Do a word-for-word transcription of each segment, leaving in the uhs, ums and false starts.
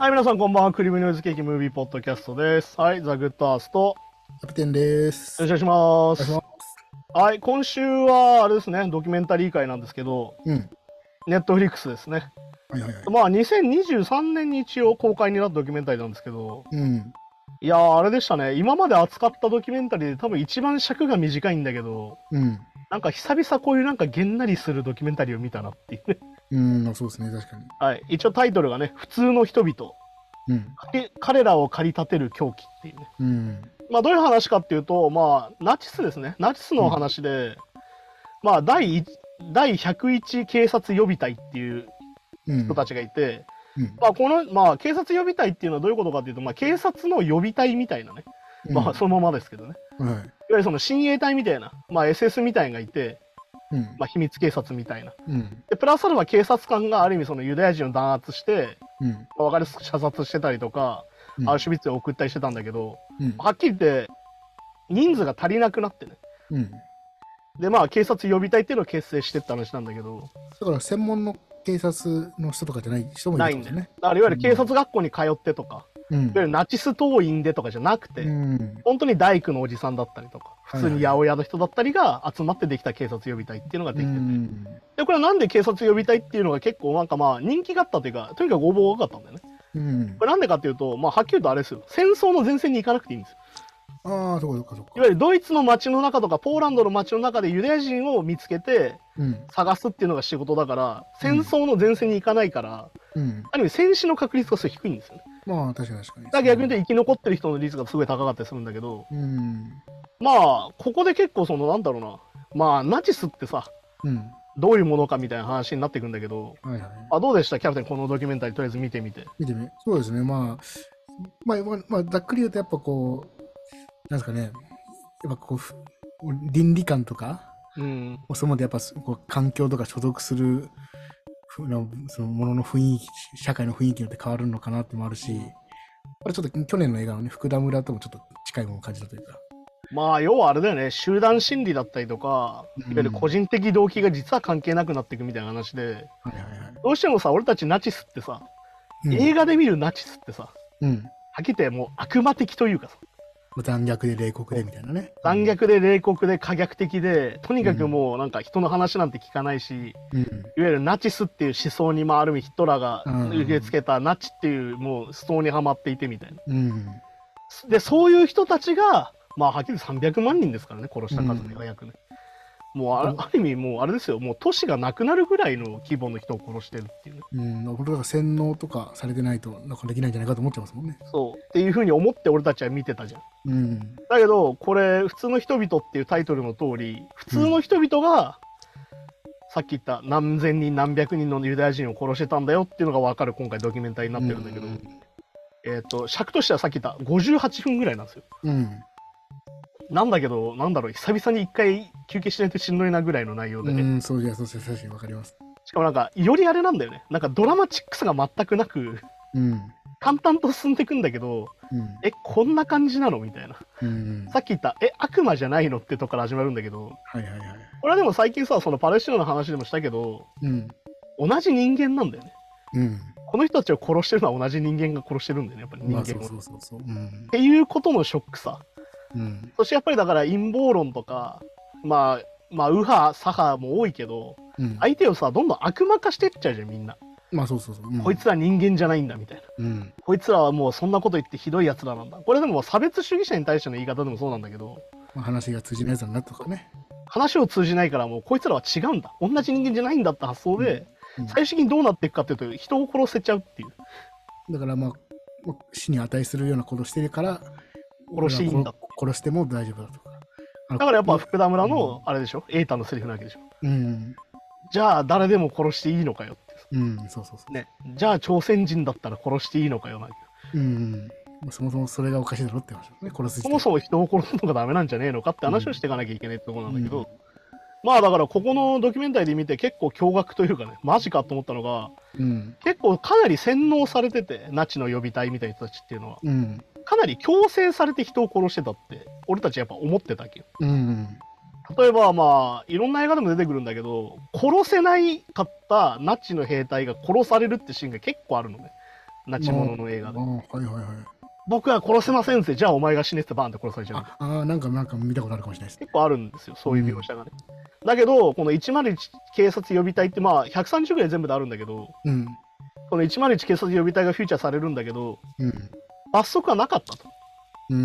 はい、皆さんこんばんは。クリームノイズケーキムービーポッドキャストです。はい、ザ・グッドアースト。 キャプテンです。 よろしくお願いします。 お願いします。 はい、今週はあれですね、ドキュメンタリー会なんですけど、 うん。 ネットフリックスですね。 はいはいはい。 まあ、にせんにじゅうさんねんに一応公開になったドキュメンタリーなんですけど、 うん。 いやー、あれでしたね。今まで扱ったドキュメンタリーで多分一番尺が短いんだけど、 うん。 なんか久々こういうなんかげんなりするドキュメンタリーを見たなっていうね。 うん、そうですね、確かに。 はい、一応タイトルがね、普通の人々。 うん。 か彼らを駆り立てる狂気っていうね。 うん。 まあ、どういう話かっていうと、まあ、ナチスですね。ナチスの話で、うん、まあ、第、第ひゃくいち警察予備隊っていう人たちがいて、うんうん、まあ、この、まあ、警察予備隊っていうのはどういうことかっていうと、まあ、警察の予備隊みたいなね。うん、まあ、そのままですけどね。はい、いわゆるその親衛隊みたいな、まあ、エスエス みたいなのがいて、うん、まあ、秘密警察みたいな。うん、で、プラスアルファ警察官がある意味そのユダヤ人を弾圧して、うん、まあ、分かりやすく射殺してたりとか、うん、アウシュビッツに送ったりしてたんだけど、うん、はっきり言って人数が足りなくなってね、うん、でまあ警察予備隊っていうのを結成してって話なんだけど、 だから専門の警察の人とかじゃない人もいるんですね。 だからいわゆる警察学校に通ってとか、うん、いわゆるナチス党員でとかじゃなくて、うん、本当に大工のおじさんだったりとか、普通に八百屋の人だったりが集まってできた警察予備隊っていうのができてて、うん、でこれはなんで警察予備隊っていうのが結構なんかまあ人気があったというか、とにかく応募が多かったんだよね。うん、これなんでかっていうと、まあ、はっきり言うとあれですよ、戦争の前線に行かなくていいんですよ。 ああ、そうかそうか。 いわゆるドイツの街の中とかポーランドの街の中でユダヤ人を見つけて探すっていうのが仕事だから、うん、戦争の前線に行かないから、うん、ある意味戦死の確率がすごい低いんですよね。 まあ確かに確かに。 だから逆に言うと生き残ってる人の率がすごい高かったりするんだけど、うん、まあここで結構そのなんだろうな、まあナチスってさ、うん、どういうものかみたいな話になっていくんだけど、はいはい、あどうでしたキャプテン、このドキュメンタリーとりあえず見てみて。 見てみそうですね、まあ、まあ、まあ、ざっくり言うとやっぱこう、なんですかね、やっぱこう、倫理観とか、うん、そのやっぱこう環境とか所属するそのものの雰囲気、社会の雰囲気によって変わるのかなってもあるし、これちょっと去年の映画のね、福田村ともちょっと近いものを感じたというか。 まあ要はあれだよね、集団心理だったりとか、いわゆる個人的動機が実は関係なくなっていくみたいな話で、はいはいはい、どうしてもさ、俺たちナチスってさ、うん、映画で見るナチスってさ、うん、はっきり言ってもう悪魔的というかさ、 残虐で冷酷でみたいなね。 残虐で冷酷で可逆的で、とにかくもうなんか人の話なんて聞かないし、うん、いわゆるナチスっていう思想にある意味ヒトラーが受け付けたナチっていうもう思想にはまっていてみたいな。うん、で、そういう人たちが、まあはっきりさんびゃくまんにんですからね、殺した数が約ね。うん、もうあある意味もうあれですよ、もう都市がなくなるぐらいの規模の人を殺してるっていうね。 うん、俺らが洗脳とかされてないとなんかできないんじゃないかと思ってますもんね。 そうっていうふうに思って俺たちは見てたじゃん。うん、だけどこれ普通の人々っていうタイトルの通り、普通の人々が、うん、さっき言った何千人何百人のユダヤ人を殺してたんだよっていうのが分かる今回ドキュメンタリーになってるんだけど、うん、えっと尺としてはさっき言ったごじゅうはちふんぐらいなんですよ。うんなんだけど、なんだろう、久々に一回休憩しないとしんどいなぐらいの内容でね。 うん、そうじゃ、そうじゃ、確かにわかります。 しかもなんか、よりあれなんだよね。なんかドラマチックさが全くなく、うん、淡々と進んでいくんだけど、うん、え、こんな感じなのみたいな、うん。さっき言った、え、悪魔じゃないのってとこから始まるんだけど、はいはいはい。これはでも最近さ、そのパレスチナの話でもしたけど、うん、同じ人間なんだよね。うん、この人たちを殺してるのは同じ人間が殺してるんだよね、やっぱり人間を。まあ、そうそうそうそう、うん。っていうことのショックさ。うん、そしてやっぱりだから陰謀論とか、まあ、まあ、右派、左派も多いけど、うん、相手をさ、どんどん悪魔化してっちゃうじゃん、みんな。 まあそうそうそう。 うん、こいつら人間じゃないんだ、みたいな、うん。こいつらはもうそんなこと言ってひどい奴らなんだ。これでも差別主義者に対しての言い方でもそうなんだけど、 まあ、話が通じないやつなんだとかね。 話を通じないからもうこいつらは違うんだ。同じ人間じゃないんだって発想で、うんうん、最終的にどうなっていくかっていうと、人を殺せちゃうっていう。 だからまあ、死に値するようなことしてるから、 殺していいんだ。 殺しても大丈夫だとか。 だからやっぱ福田村のあれでしょ、瑛太のセリフなわけでしょ。うん。じゃあ誰でも殺していいのかよって。 うん、そうそうそう。 ね。じゃあ朝鮮人だったら殺していいのかよな。 うん。そもそもそれがおかしいだろって話ね。殺す。 そもそも人を殺すのがダメなんじゃねえのかって話をしていかなきゃいけないってところなんだけど、うん、まあだからここのドキュメンタリーで見て結構驚愕というかね、マジかと思ったのが、うん、結構かなり洗脳されてて、ナチの予備隊みたいな人たちっていうのは。うんかなり強制されて人を殺してたって俺たちやっぱ思ってたわけよ、うん、例えばまあいろんな映画でも出てくるんだけど、殺せないかったナチの兵隊が殺されるってシーンが結構あるのね。 ナチものの映画で。 はいはいはい。 僕は殺せませんって、じゃあお前が死ねってバーンって殺されちゃう。 ああ、なんかなんか見たことあるかもしれないです。 結構あるんですよ、そういう描写がね。うん、だけど、このいちまるいち警察予備隊って、まあ、ひゃくさんじゅうぐらい全部であるんだけど、うん、このいちまるいち警察予備隊がフューチャーされるんだけど、うん、罰則はなかったと。うん、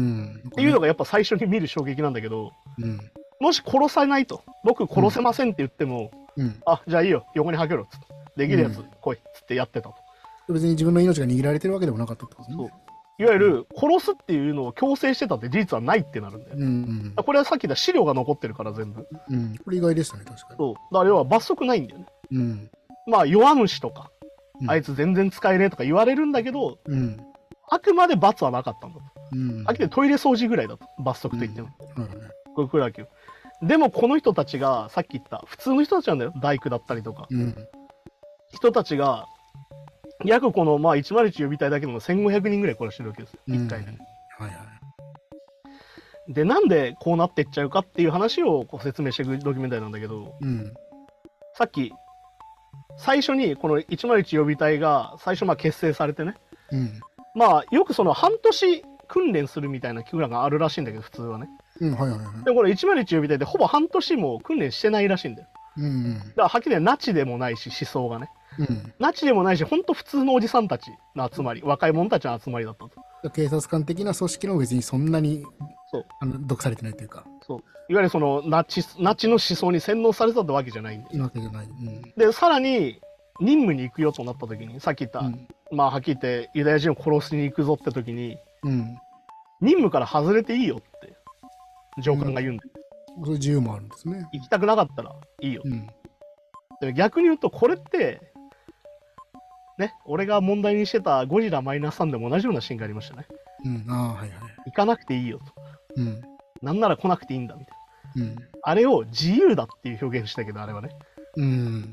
っていうのがやっぱ最初に見る衝撃なんだけど、うん、もし殺さないと、僕殺せませんって言っても、うん、あ、じゃあいいよ、横にはけろっつって、できるやつ来いっつってやってたと。 別に自分の命が握られてるわけでもなかったってことですね。 いわゆる殺すっていうのを強制してたって事実はないってなるんだよ、うんうん、これはさっき言った資料が残ってるから全部、 うん、これ意外でしたね、確かに。 そうだから要は罰則ないんだよね、うん、まあ弱虫とか、うん、あいつ全然使えねえとか言われるんだけど、うん、あくまで罰はなかったんだと、うん、あくまでトイレ掃除ぐらいだと罰則と言っても、うんうん、これくらいでもこの人たちがさっき言った普通の人たちなんだよ、大工だったりとか、うん、人たちが約この、まあ、いちまるいち予備隊だけでもせんごひゃくにんぐらい殺してるわけです、いっかいで、ね、はいはい。で、なんでこうなってっちゃうかっていう話をこう説明していくドキュメンタリーなんだけど、うん、さっき、最初にこのいちまるいち予備隊が最初まあ結成されてね、うん、まあよくその半年訓練するみたいな期間があるらしいんだけど、普通はね。うんはいはいはい、でもこれいちまるいち予備隊でほぼ半年も訓練してないらしいんだよ。うんうん、だからはっきりナチでもないし、思想がね。うん、ナチでもないし、本当普通のおじさんたちの集まり、若い者たちの集まりだったと。 警察官的な組織の別にそんなにそうあの毒されてないというか。 そういわゆるそのナチナチの思想に洗脳されたってわけじゃないんですよ。わけじゃない。うん、で、さらに任務に行くよとなった時に、さっき言った、うん、まあはっきり言ってユダヤ人を殺しに行くぞって時に、うん、任務から外れていいよって上官が言うんだよ。 うん、そういう自由もあるんですね。 行きたくなかったらいいよ。うん、で逆に言うとこれってね、俺が問題にしてたゴジラマイナスさんでも同じようなシーンがありましたね。うん、あはいはい。行かなくていいよと。うん。なんなら来なくていいんだみたいな。うん。あれを自由だっていう表現したけど、あれはね。うん。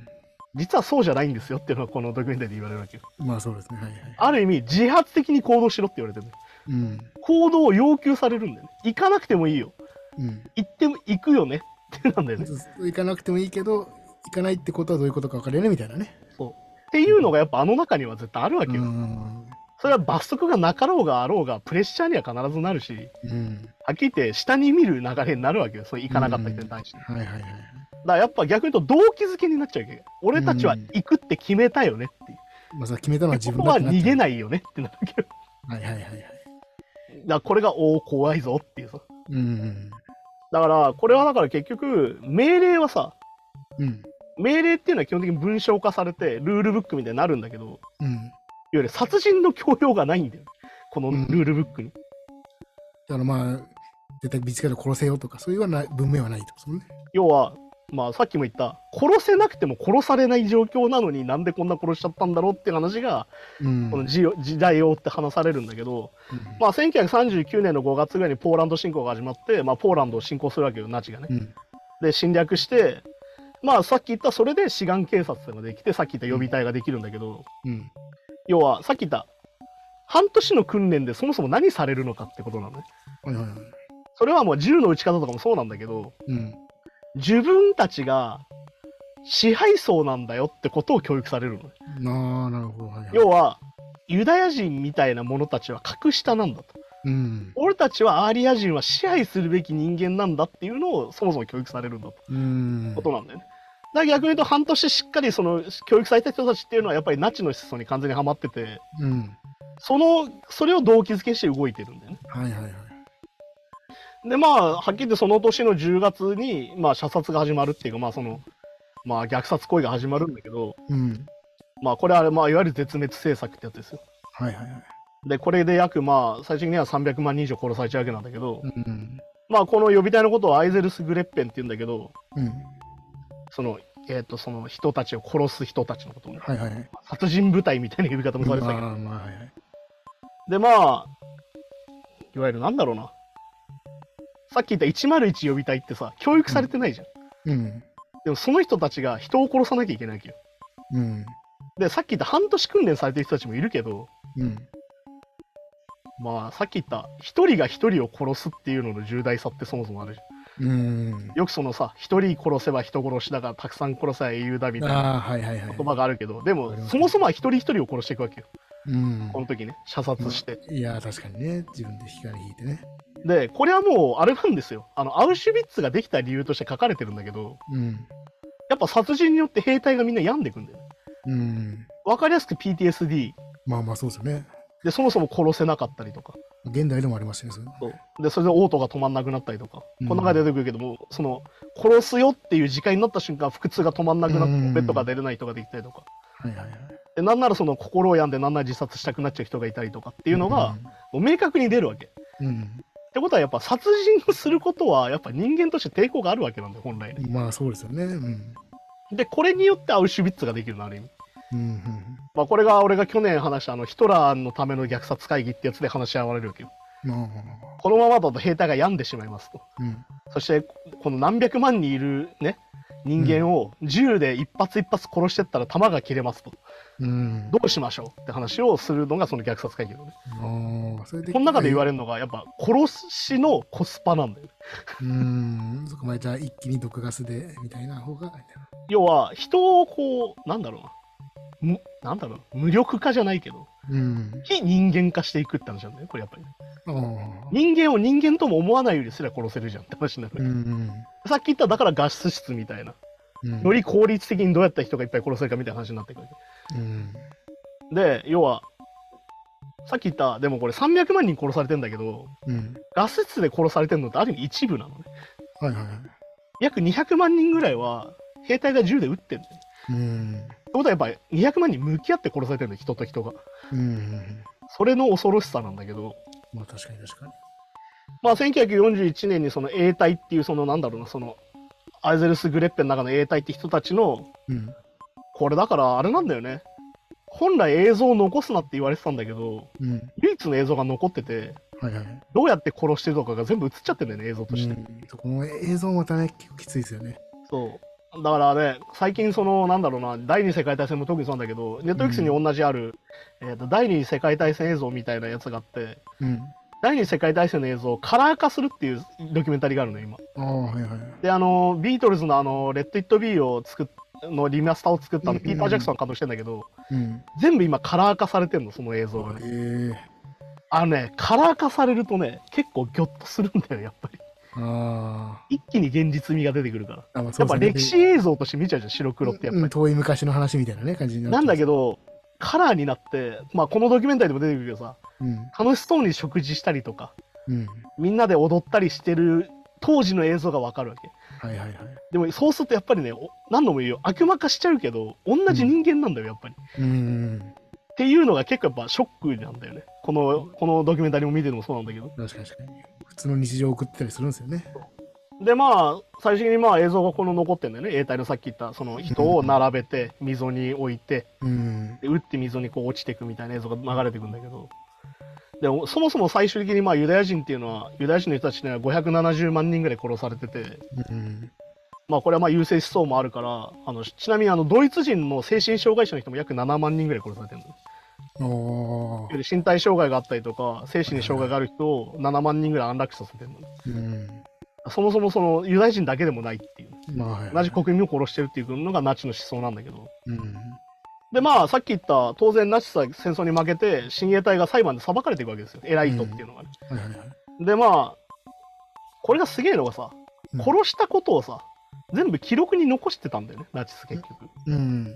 実はそうじゃないんですよっていうのはこのドキュメンタリーで言われるわけよ。 まあそうですね。はいはい。 ある意味、自発的に行動しろって言われてる、ね。うん。行動を要求されるんだよね。行かなくてもいいよ。うん。行っても行くよねってなんだよね。 行かなくてもいいけど、行かないってことはどういうことか分かるよねみたいなね。そう。 っていうのがやっぱあの中には絶対あるわけよ。それは罰則がなかろうがあろうがプレッシャーには必ずなるし、うん、はっきり言って下に見る流れになるわけよ。そう行かなかった人に対して。だからやっぱ逆に言うと動機づけになっちゃうわけ。俺たちは行くって決めたよねっていう。 まあそれ決めたのは自分だってなっちゃう。 逃げないよねってなるわけよ。はいはいはいはい。だからこれがおお怖いぞっていうさ。うん、だからこれはだから結局命令はさ、うん命令っていうのは基本的に文章化されてルールブックみたいになるんだけど、うん、いわゆる殺人の強要がないんだよ、このルールブックに。うん、 だからまあ絶対見つけて殺せよとかそういう文明はないってことですね。 要はまあさっきも言った殺せなくても殺されない状況なのになんでこんな殺しちゃったんだろうっていう話が、うん、この時代を追って話されるんだけど、うん、まあせんきゅうひゃくさんじゅうきゅうねんのごがつぐらいにポーランド侵攻が始まって、まあ、ポーランドを侵攻するわけよ、ナチがね。うん、で侵略してまあさっき言ったそれで志願警察ができてさっき言った予備隊ができるんだけど、うん、要はさっき言った半年の訓練でそもそも何されるのかってことなのね。はいはいはい、それはもう銃の撃ち方とかもそうなんだけど、うん、自分たちが支配層なんだよってことを教育されるのね。 あ、なるほど、はいはい、 要はユダヤ人みたいな者たちは格下なんだと。うん、俺たちはアーリア人は支配するべき人間なんだっていうのをそもそも教育されるんだと、うん、ことなんだよね。だから逆に言うと半年しっかりその教育された人たちっていうのはやっぱりナチの思想に完全にはまってて、うん、そのそれを動機づけして動いてるんだよね。はいはいはい。でまあはっきり言ってその年のじゅうがつに、まあ、射殺が始まるっていうか、まあそのまあ、虐殺行為が始まるんだけど、うん、まあこれは、まあ、いわゆる絶滅政策ってやつですよ。はいはいはい。でこれで約まあ最終的にはさんびゃくまんにん以上殺されちゃうわけなんだけど、うん、まあこの予備隊のことをアイゼルス・グレッペンって言うんだけど、うん、そのえっ、ー、とその人たちを殺す人たちのことね、はいはいはい、殺人部隊みたいな呼び方もされてたけど、まあまあはいはい、でまあいわゆるなんだろうな、さっき言ったいちまるいち予備隊ってさ教育されてないじゃん、うん、でもその人たちが人を殺さなきゃいけないわけよ、うん、でさっき言った半年訓練されてる人たちもいるけど、うん、まあさっき言った一人が一人を殺すっていうのの重大さってそもそもあるじゃん。うん、よくそのさ一人殺せば人殺しだからたくさん殺せば英雄だみたいな言葉があるけど、でもそもそもは一人一人を殺していくわけよ。 うん、 この時ね、射殺して。 いや、確かにね、自分で光引いてね。 で、これはもう、あれなんですよ。あの、アウシュビッツができた理由として書かれてるんだけど、 うん、 やっぱ殺人によって兵隊がみんな病んでくんだよね。 うん。 わかりやすく ピーティーエスディー。 まあまあ、そうですよね。 で、そもそも殺せなかったりとか。 現代でもありましたね、それ。 そうで、それで嘔吐が止まんなくなったりとか。うん、この中で出てくるけども、その、殺すよっていう時間になった瞬間、腹痛が止まんなくなって、ベッドが出れない人ができたりとか。はいはいはい。で、なんならその、心を病んでなんなら自殺したくなっちゃう人がいたりとかっていうのが、もう明確に出るわけ。うん。ってことは、やっぱ殺人をすることは、やっぱ人間として抵抗があるわけなんだよ、本来ね。 まあ、そうですよね。うん。 で、これによってアウシュビッツができるの、ある意味。 うんうん、 まあこれが俺が去年話したあのヒトラーのための虐殺会議ってやつで話し合われるわけよ。うん、このままだと兵隊が病んでしまいますと。うん、そしてこの何百万人いるね人間を銃で一発一発殺してったら弾が切れますと。うん、どうしましょうって話をするのがその虐殺会議のね。それでこの中で言われるのがやっぱ殺しのコスパなんだよね。 うーん、そこまでじゃあ一気に毒ガスでみたいな方が。 要は人をこうなんだろうな。むなんだろう無力化じゃないけど、うん、非人間化していくって話なんだよこれやっぱり、ね、人間を人間とも思わないよりすら殺せるじゃんって話になる、うんうん、さっき言っただからガス室みたいな、うん、より効率的にどうやった人がいっぱい殺せるかみたいな話になってくる、うん、で要はさっき言ったでもこれさんびゃくまん人殺されてんだけど、うん、ガス室で殺されてるのってある意味一部なのね、はいはいはい、約にひゃくまん人ぐらいは兵隊が銃で撃ってんだよ、うんってことはやっぱりにひゃくまん人向き合って殺されてるんだよ、人と人が。うんうんうん、それの恐ろしさなんだけど。 まあ確かに確かに。 まあせんきゅうひゃくよんじゅういちねんにその英隊っていうそのなんだろうな、そのアイゼルス・グレッペンの中の英隊って人たちの、うん、これだからあれなんだよね。本来映像を残すなって言われてたんだけど、うん、唯一の映像が残ってて、はいはい、どうやって殺してるとかが全部映っちゃってるんだよね、映像として。うん、 そこの映像またね、結構きついですよね。 そう。だからね、最近その、なんだろうな、第二次世界大戦も特にそうなんだけど、ネットフリックスに同じある、うん、えーと、第二次世界大戦映像みたいなやつがあって、うん、第二次世界大戦の映像をカラー化するっていうドキュメンタリーがあるの、今。あはいはい、で、あの、ビートルズのあの、レッド・イット・ビーを作っのリマスターを作ったの、ピーター・ジャクソンが監督してんだけど、うん、全部今カラー化されてんの、その映像がね。へあのね、カラー化されるとね、結構ギョッとするんだよ、やっぱり。あ一気に現実味が出てくるから。あまあそうですね、やっぱ歴史映像として見ちゃうじゃん、白黒ってやっぱり。 うん、遠い昔の話みたいなね、感じになってなんだけど、カラーになって、まあこのドキュメンタリーでも出てくるけどさ、うん、楽しそうに食事したりとか、うん、みんなで踊ったりしてる当時の映像がわかるわけ。はいはいはい。でもそうするとやっぱりね、何度も言うよ、悪魔化しちゃうけど、同じ人間なんだよ、やっぱり。うん。っていうのが結構やっぱショックなんだよね。この、このドキュメンタリーも見ててもそうなんだけど。 確かに確かに。普通の日常を送ってたりするんですよね。 でまあ最終的にまあ映像がこの残ってんだよね。永代のさっき言ったその人を並べて溝に置いて、うん、で打って溝にこう落ちていくみたいな映像が流れていくんだけど、でもそもそも最終的にまあユダヤ人っていうのはユダヤ人の人たちにはごひゃくななじゅうまんにんぐらい殺されてて、うん、まあこれはまあ優勢思想もあるから、あのちなみにあのドイツ人の精神障害者の人も約ななまんにんぐらい殺されてるんだよ。身体障害があったりとか精神に障害がある人をななまんにんぐらい安楽死させてるの、うん、そもそもそのユダヤ人だけでもないっていう、まあはいはい、同じ国民を殺してるっていうのがナチの思想なんだけど、うん、でまあさっき言った当然ナチスは戦争に負けて親衛隊が裁判で裁かれていくわけですよ、偉い人っていうのがね、うんはいはいはい、でまあこれがすげえのがさ、うん、殺したことをさ全部記録に残してたんだよね、ナチス結局、うん、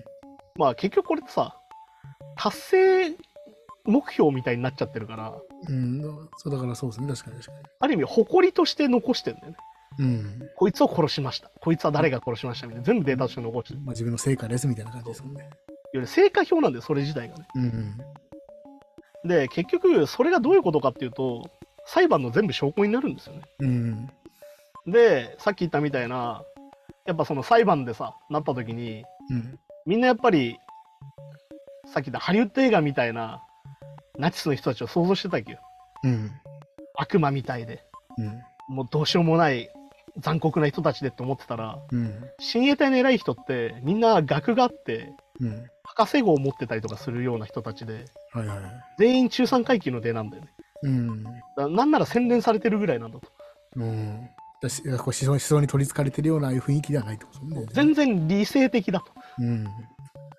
まあ結局これってさ達成目標みたいになっちゃってるから、 うん、そうだからそうですね、確かに確かに。 ある意味誇りとして残してるんだよね。うん、こいつを殺しました、こいつは誰が殺しましたみたいな全部データとして残してる、 まあ、自分の成果ですみたいな感じですもんね。 いや成果表なんだよそれ自体がね、うんうん、で結局それがどういうことかっていうと裁判の全部証拠になるんですよね、うん、でさっき言ったみたいなやっぱその裁判でさなった時に、うん、みんなやっぱりさっき言ったハリウッド映画みたいなナチスの人たちを想像してたわけよ、うん、悪魔みたいで、うん、もうどうしようもない残酷な人たちでって思ってたら、うん、親衛隊の偉い人ってみんな学があって、うん、博士号を持ってたりとかするような人たちで、はいはいはい、全員中産階級の出なんだよね、うん、だなんなら洗練されてるぐらいなんだと、うん、 だしこう思想思想に取りつかれてるような雰囲気ではないってことね。 全然理性的だと、うん、っ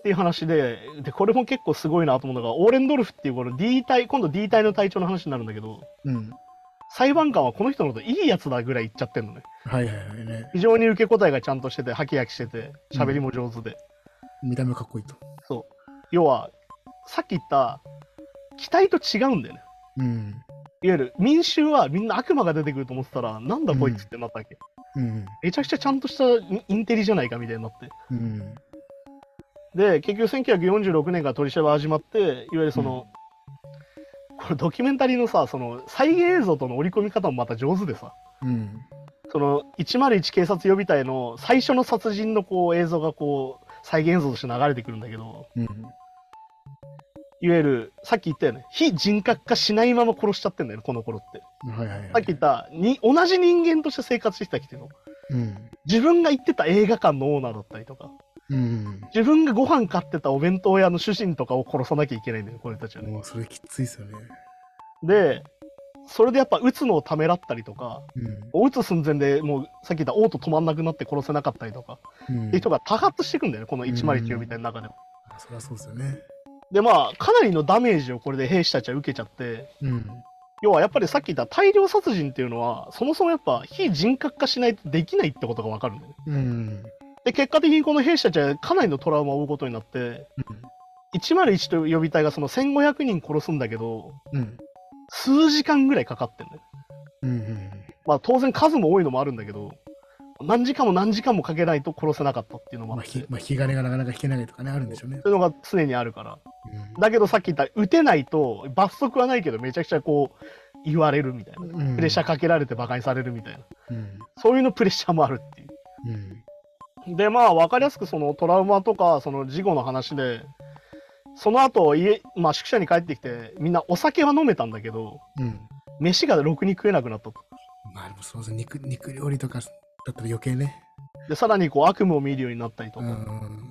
っていう話で、で、これも結構すごいなと思うのが、オーレンドルフっていうこの D 隊、今度 D 隊の隊長の話になるんだけど、うん、裁判官はこの人のこといいやつだぐらい言っちゃってんのね。 はいはいはいね。 非常に受け答えがちゃんとしてて、ハキハキしてて、喋りも上手で、 うん。見た目かっこいいと。 そう。要は、さっき言った、期待と違うんだよね。うん。いわゆる民衆はみんな悪魔が出てくると思ってたら、なんだこいつってなったわけ。うん。めちゃくちゃちゃんとしたインテリじゃないかみたいになって。うん。で、結局せんきゅうひゃくよんじゅうろくねんから取り調べ始まって、いわゆるその、うん、これドキュメンタリーのさ、その再現映像との織り込み方もまた上手でさ、うん、そのいちまるいち警察予備隊の最初の殺人のこう映像がこう再現映像として流れてくるんだけど、うん、いわゆるさっき言ったよね、非人格化しないまま殺しちゃってんだよね、この頃って。はいはいはい、さっき言ったに同じ人間として生活してきた人の、うん、自分が行ってた映画館のオーナーだったりとか、うん、自分がご飯買ってたお弁当屋の主人とかを殺さなきゃいけないんだよ、これたちはね。 もうそれきついっすよね。 で、それでやっぱ撃つのをためらったりとか、うん、撃つ寸前でもうさっき言った嘔吐止まんなくなって殺せなかったりとか、うん、っていう人が多発していくんだよね、このいちまるいちよみたいな中でも。 うん、そりゃそうですよね。 で、まあ、かなりのダメージをこれで兵士たちは受けちゃって、うん、要はやっぱりさっき言った大量殺人っていうのは、そもそもやっぱ非人格化しないとできないってことがわかるんだよね。うんで、結果的にこの兵士たちはかなりのトラウマを負うことになって、うん、いちまるいちという予備隊がそのせんごひゃくにん殺すんだけど、うん、数時間ぐらいかかってんだよ。うんうん、まあ当然数も多いのもあるんだけど、何時間も何時間もかけないと殺せなかったっていうのもあって。 まあ、まあ、日金がなかなか引けないとかね、あるんでしょうね。 そういうのが常にあるから。うん、だけどさっき言った撃てないと、罰則はないけどめちゃくちゃこう、言われるみたいな。うん、プレッシャーかけられて馬鹿にされるみたいな。うん、そういうのプレッシャーもあるっていう。うんで、まあ、わかりやすくそのトラウマとか、その事故の話で、その後、家、まあ、宿舎に帰ってきて、みんなお酒は飲めたんだけど、うん、飯がろくに食えなくなったと。 まあ、でもそうですね、肉、肉料理とかだったら余計ね。 で、さらにこう悪夢を見るようになったりとか。うん、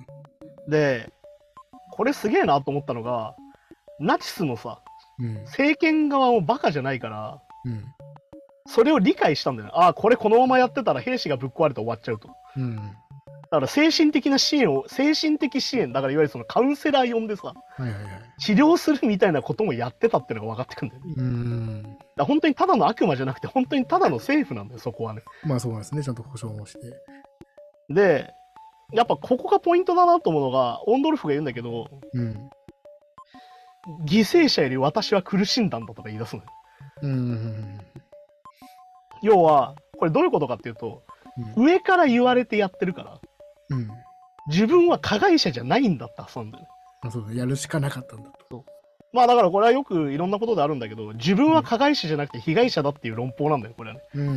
で、これすげえなと思ったのが、ナチスのさ、うん、政権側もバカじゃないから、うん、それを理解したんだよね。ああ、これこのままやってたら兵士がぶっ壊れて終わっちゃうと。うんだから精神的な支援を、精神的支援、だからいわゆるそのカウンセラー呼んでさ、はいはいはい、治療するみたいなこともやってたっていうのが分かってくるんだよね。うんだから本当にただの悪魔じゃなくて、本当にただの政府なんだよ、そこはね。 まあそうなんですね、ちゃんと保証もして。 で、やっぱここがポイントだなと思うのが、オンドルフが言うんだけど、うん、犠牲者より私は苦しんだんだとか言い出すのよ。うん要は、これどういうことかっていうと、うん、上から言われてやってるから、うん、自分は加害者じゃないんだって遊んでる。 あそうだやるしかなかったんだと。そうまあだからこれはよくいろんなことであるんだけど、自分は加害者じゃなくて被害者だっていう論法なんだよ、これはね。うん、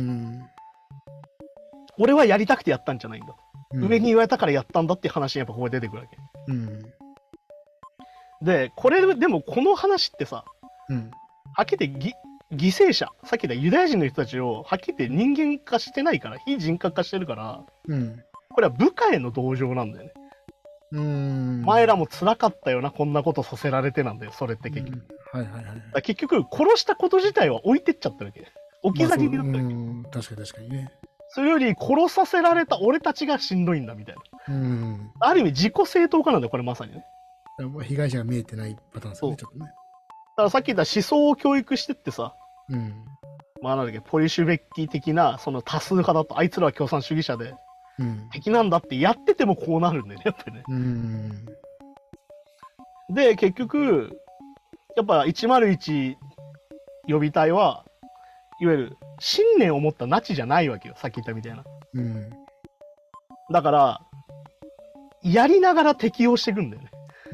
俺はやりたくてやったんじゃないんだ。うん、上に言われたからやったんだっていう話にやっぱここで出てくるわけ。うん、で、これでもこの話ってさ、うん、はっきり言って犠牲者、さっき言ったユダヤ人の人たちをはっきり言って人間化してないから、非人格化してるから、うん、これは部下への同情なんだよね。うーん前らも辛かったよな、こんなことさせられてなんだよ、それって結局。はいはいはい、結局、殺したこと自体は置いてっちゃったわけ。置き去りになったわけ、 まあ、確かに確かにね。 それより殺させられた俺たちがしんどいんだみたいな。うんある意味自己正当化なんだよ、これまさにね。 被害者が見えてないパターンですよね、ちょっとね。だからさっき言った思想を教育してってさ、うん、まあなんだっけ、ポリシュベッキー的なその多数派だと、あいつらは共産主義者で、うん、敵なんだってやっててもこうなるんだよね、やっぱりね。うんで、結局、やっぱいちまるいち予備隊は、いわゆる信念を持ったナチじゃないわけよ、さっき言ったみたいな。うん、だから、やりながら適応していくんだよね。うん、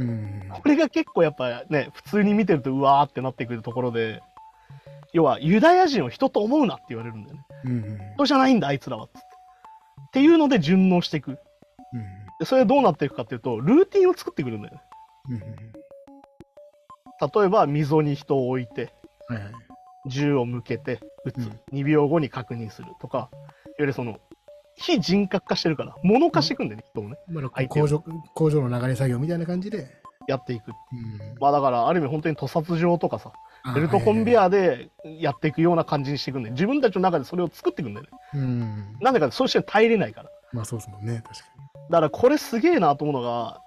これが結構やっぱね、普通に見てるとうわーってなってくるところで、要はユダヤ人を人と思うなって言われるんだよね。うん、人じゃないんだ、あいつらは。っていうので順応していく。うん、でそれでどうなっていくかっていうと、ルーティンを作ってくるんだよね。うん、例えば、溝に人を置いて、はいはい、銃を向けて撃つ、うん。にびょうごに確認するとか、いわゆるその、非人格化してるから、物化していくんだよね、うん、人をね。 まあ、工場、工場の流れ作業みたいな感じで。 やっていく。うん、まあだから、ある意味本当に屠殺場とかさ、ベルトコンベヤーでやっていくような感じにしていくんで、自分たちの中でそれを作っていくんだよね。うん、なんでかそうして耐えれないから。 まあそうですもんね、確かに。 だからこれすげえなと思うのが、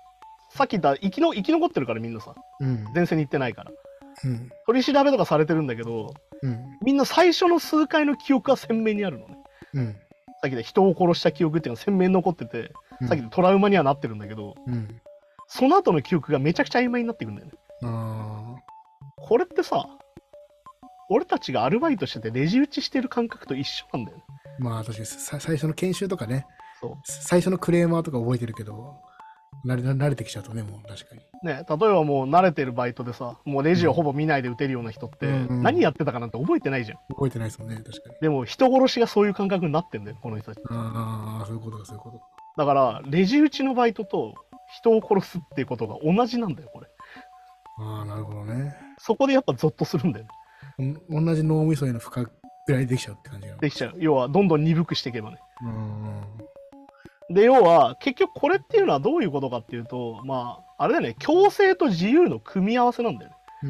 さっき言った生きの生き残ってるからみんなさ、 うん、 前線に行ってないから、 うん、 取り調べとかされてるんだけど、うん、みんな最初の数回の記憶が鮮明にあるのね。うん、さっきで人を殺した記憶っていうのが鮮明に残ってて、うん、さっきでトラウマにはなってるんだけど、うん、その後の記憶がめちゃくちゃ曖昧になってくるんだよね。あこれってさ、俺たちがアルバイトしててレジ打ちしてる感覚と一緒なんだよね。 まあ確かに最初の研修とかね、そう最初のクレーマーとか覚えてるけど、慣れ慣れてきちゃうとね、もう確かに。 ね、例えばもう慣れてるバイトでさ、もうレジをほぼ見ないで打てるような人って、何やってたかなんて覚えてないじゃん。 覚えてないですもんね、確かに。 でも人殺しがそういう感覚になってんだよ、この人たち。 ああ、そういうことか、そういうこと。 だから、レジ打ちのバイトと人を殺すっていうことが同じなんだよ、これ。 ああ、なるほどね。 そこでやっぱゾッとするんだよね。同じ脳みそへの負荷ぐらいできちゃうって感じが。 できちゃう。要は、どんどん鈍くしていけばね。うん。で、要は、結局これっていうのはどういうことかっていうと、まあ、あれだよね、強制と自由の組み合わせなんだよね。うん、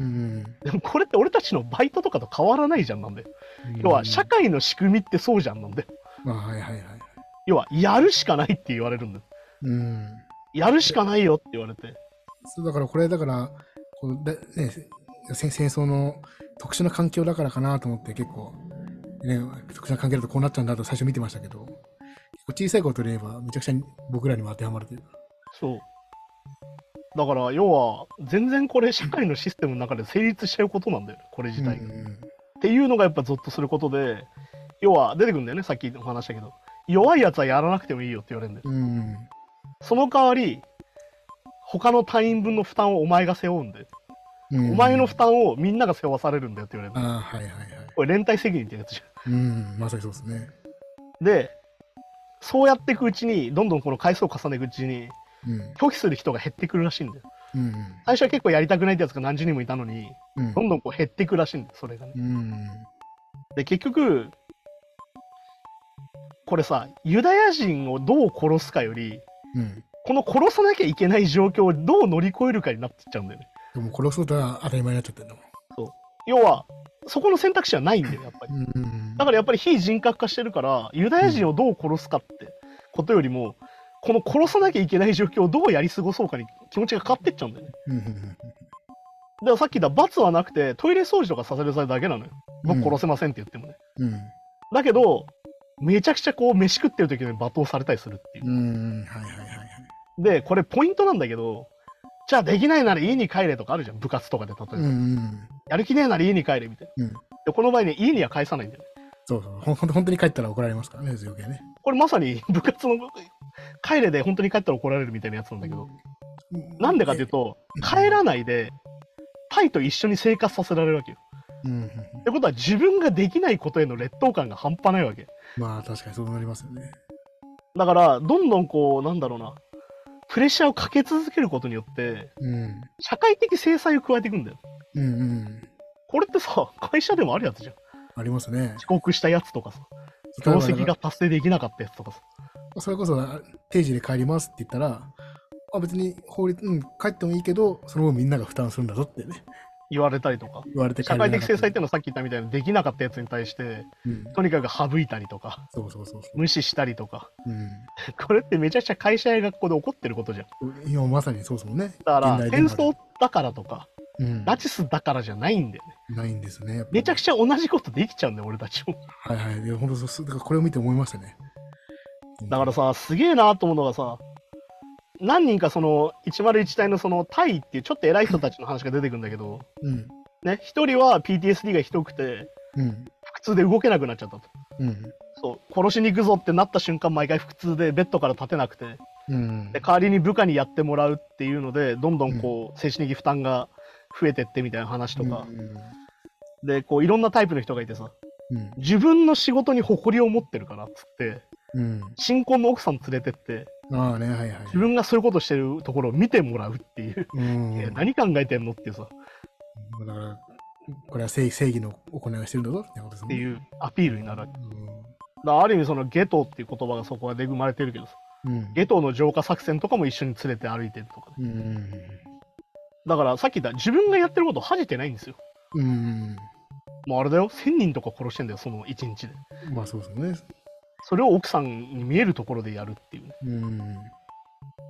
でもこれって俺たちのバイトとかと変わらないじゃんなんで。要は、社会の仕組みってそうじゃんなんで。 あ、はいはいはい。 要は、やるしかないって言われるんだよ。うん。やるしかないよって言われて。 そうだからこれだからこうだ、ね、戦争の特殊な環境だからかなと思って結構、ね、特殊な環境だとこうなっちゃうんだと最初見てましたけど、結構小さいことで言えばめちゃくちゃ僕らにも当てはまるというか。 そう。だから要は全然これ社会のシステムの中で成立しちゃうことなんだよね、これ自体が。うんうん、っていうのがやっぱゾッとすることで、要は出てくるんだよね、さっきお話したけど、弱いやつはやらなくてもいいよって言われるんだよ。うん、その代わり他の隊員分の負担をお前が背負うんで、うん、お前の負担をみんなが背負わされるんだよって言われる。あ、はいはいはい。これ連帯責任ってやつじゃん。うん、 まさにそうですね。 で、そうやっていくうちに、どんどんこの回数を重ねていくうちに、うん、拒否する人が減ってくるらしいんだよ。うん、最初は結構やりたくないってやつが何十人もいたのに、うん、どんどんこう減っていくらしいんだよ、それがね。うん、で、結局、これさ、ユダヤ人をどう殺すかより、うん、この殺さなきゃいけない状況をどう乗り越えるかになってっちゃうんだよね。 でも殺すことは当たり前になっちゃってるんだもん。 そう。要は、そこの選択肢はないんだよ、やっぱり。うん、だからやっぱり非人格化してるから、ユダヤ人をどう殺すかってことよりも、この殺さなきゃいけない状況をどうやり過ごそうかに気持ちが変わってっちゃうんだよね。うん、だからさっき言った罰はなくて、トイレ掃除とかさせるだけなのよ。僕殺せませんって言ってもね。うん、だけど、めちゃくちゃこう飯食ってる時に罵倒されたりするっていう。うん、はいはいはいはい。で、これポイントなんだけど、じゃあできないなら家に帰れとかあるじゃん、部活とかで例えば。うんうん、やる気ねえなら家に帰れみたいな。うん、でこの場合ね、家には返さないんだよね。 そうそう、ほん本当に帰ったら怒られますからね、余計ね。 これまさに部活の帰れで本当に帰ったら怒られるみたいなやつなんだけど、うん、なんでかっていうと、帰らないで、タイと一緒に生活させられるわけよ。うんうん、ってことは自分ができないことへの劣等感が半端ないわけ。 まあ確かにそうなりますよね。 だからどんどんこうなんだろうな、プレッシャーをかけ続けることによって、うん、社会的制裁を加えていくんだよ。うんうん、これってさ、会社でもあるやつじゃん。 ありますね。 遅刻したやつとかさ、業績が達成できなかったやつとかさ。 それこそ定時で帰りますって言ったら、あ別に法律、うん、帰ってもいいけど、その分みんなが負担するんだぞってね。 言われたりとか、 言われて社会的制裁っていうのはさっき言ったみたいなできなかったやつに対して、うん、とにかく省いたりとか、 そうそうそうそう無視したりとか、うん、これってめちゃくちゃ会社や学校で起こってることじゃん。 今まさにそうですもんね。 だから戦争だからとか、うん、ナチスだからじゃないんだよね。 ないんですね。 めちゃくちゃ同じことできちゃうんだよ俺たちも。 はいはい。いや本当そう、だからこれを見て思いましたね。 だからさ、すげえなと思うのがさ、何人かそのいちまるいち隊のそのタイっていうちょっと偉い人たちの話が出てくるんだけど、うんね、一人は ピーティーエスディー がひどくて、うん、腹痛で動けなくなっちゃったと、うん、そう殺しに行くぞってなった瞬間毎回腹痛でベッドから立てなくて、うん、で代わりに部下にやってもらうっていうのでどんどんこう、うん、精神的負担が増えてってみたいな話とか、うん、でこういろんなタイプの人がいてさ、うん、自分の仕事に誇りを持ってるからっつって、うん、新婚の奥さん連れてってあ、ねはいはい、 自分がそういうことしてるところを見てもらうっていう、うん、何考えてんのっていうさ、 だからこれは正義の行いをしてるんだぞってことですね。 っていうアピールになるわけ。うん、だからある意味そのゲトっていう言葉がそこは恵まれてるけどさ、うん、ゲトの浄化作戦とかも一緒に連れて歩いてるとか、ね、うん、だからさっき言った自分がやってることを恥じてないんですよ。うん、もうあれだよ、せんにんとか殺してんだよそのいちにちで。 まあそうですね。 それを奥さんに見えるところでやるっていうね。うん、